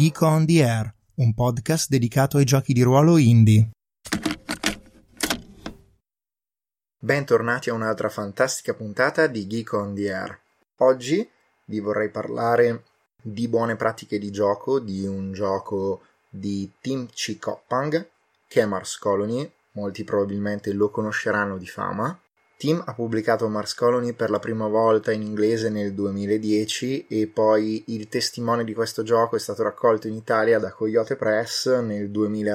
Geek on the Air, un podcast dedicato ai giochi di ruolo indie. Bentornati a un'altra fantastica puntata di Geek on the Air. Oggi vi vorrei parlare di buone pratiche di gioco, di un gioco di Tim C. Coppang, che è Mars Colony. Molti probabilmente lo conosceranno di fama. Tim ha pubblicato Mars Colony per la prima volta in inglese nel 2010 e poi il testimone di questo gioco è stato raccolto in Italia da Coyote Press nel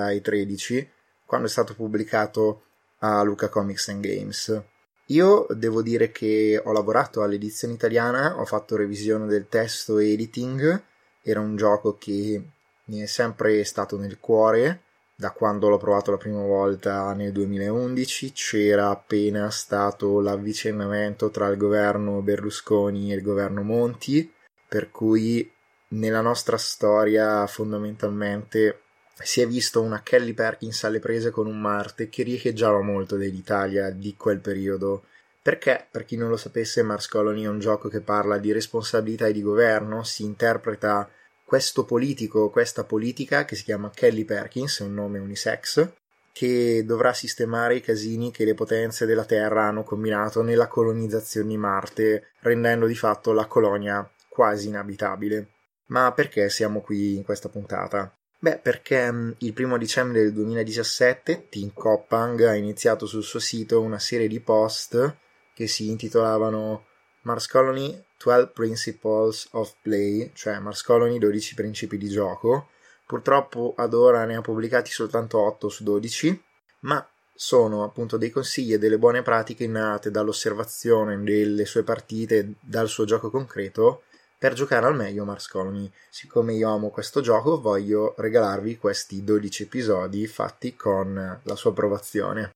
2013, quando è stato pubblicato a Luca Comics and Games. Io devo dire che ho lavorato all'edizione italiana, ho fatto revisione del testo e editing. Era un gioco che mi è sempre stato nel cuore. Da quando l'ho provato la prima volta nel 2011 c'era appena stato l'avvicendamento tra il governo Berlusconi e il governo Monti, per cui nella nostra storia fondamentalmente si è visto una Kelly Perkins alle prese con un Marte che riecheggiava molto dell'Italia di quel periodo. Perché, per chi non lo sapesse, Mars Colony è un gioco che parla di responsabilità e di governo, si interpreta questo politico, questa politica che si chiama Kelly Perkins, è un nome unisex, che dovrà sistemare i casini che le potenze della Terra hanno combinato nella colonizzazione di Marte, rendendo di fatto la colonia quasi inabitabile. Ma perché siamo qui in questa puntata? Beh, perché il 1 dicembre del 2017 Tim Coppang ha iniziato sul suo sito una serie di post che si intitolavano Mars Colony 12 Principles of Play, cioè Mars Colony 12 principi di gioco. Purtroppo ad ora ne ha pubblicati soltanto 8 su 12, ma sono appunto dei consigli e delle buone pratiche nate dall'osservazione delle sue partite, dal suo gioco concreto, per giocare al meglio Mars Colony. Siccome io amo questo gioco, voglio regalarvi questi 12 episodi fatti con la sua approvazione.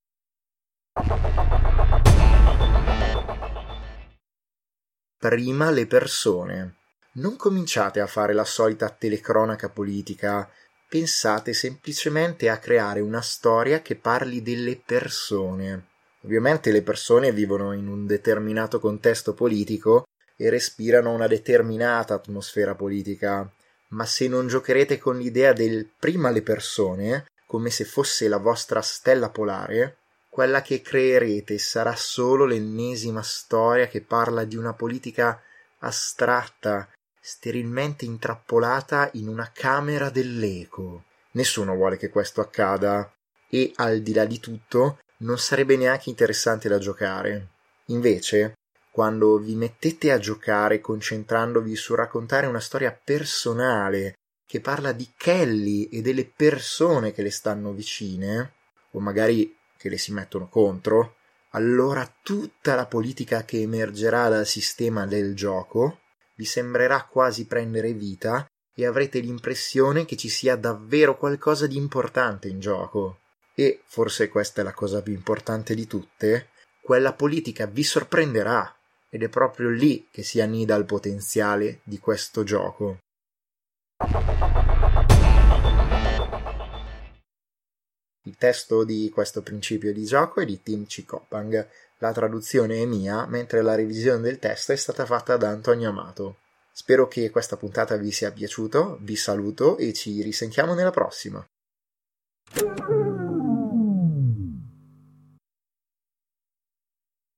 Prima le persone. Non cominciate a fare la solita telecronaca politica, pensate semplicemente a creare una storia che parli delle persone. Ovviamente le persone vivono in un determinato contesto politico e respirano una determinata atmosfera politica, ma se non giocherete con l'idea del prima le persone, come se fosse la vostra stella polare, quella che creerete sarà solo l'ennesima storia che parla di una politica astratta, sterilmente intrappolata in una camera dell'eco. Nessuno vuole che questo accada e, al di là di tutto, non sarebbe neanche interessante da giocare. Invece, quando vi mettete a giocare concentrandovi su raccontare una storia personale che parla di Kelly e delle persone che le stanno vicine, o magari che le si mettono contro, allora tutta la politica che emergerà dal sistema del gioco vi sembrerà quasi prendere vita e avrete l'impressione che ci sia davvero qualcosa di importante in gioco. E, forse questa è la cosa più importante di tutte, quella politica vi sorprenderà ed è proprio lì che si annida il potenziale di questo gioco. Il testo di questo principio di gioco è di Tim C. Coppang, la traduzione è mia, mentre la revisione del testo è stata fatta da Antonio Amato. Spero che questa puntata vi sia piaciuto, vi saluto e ci risentiamo nella prossima.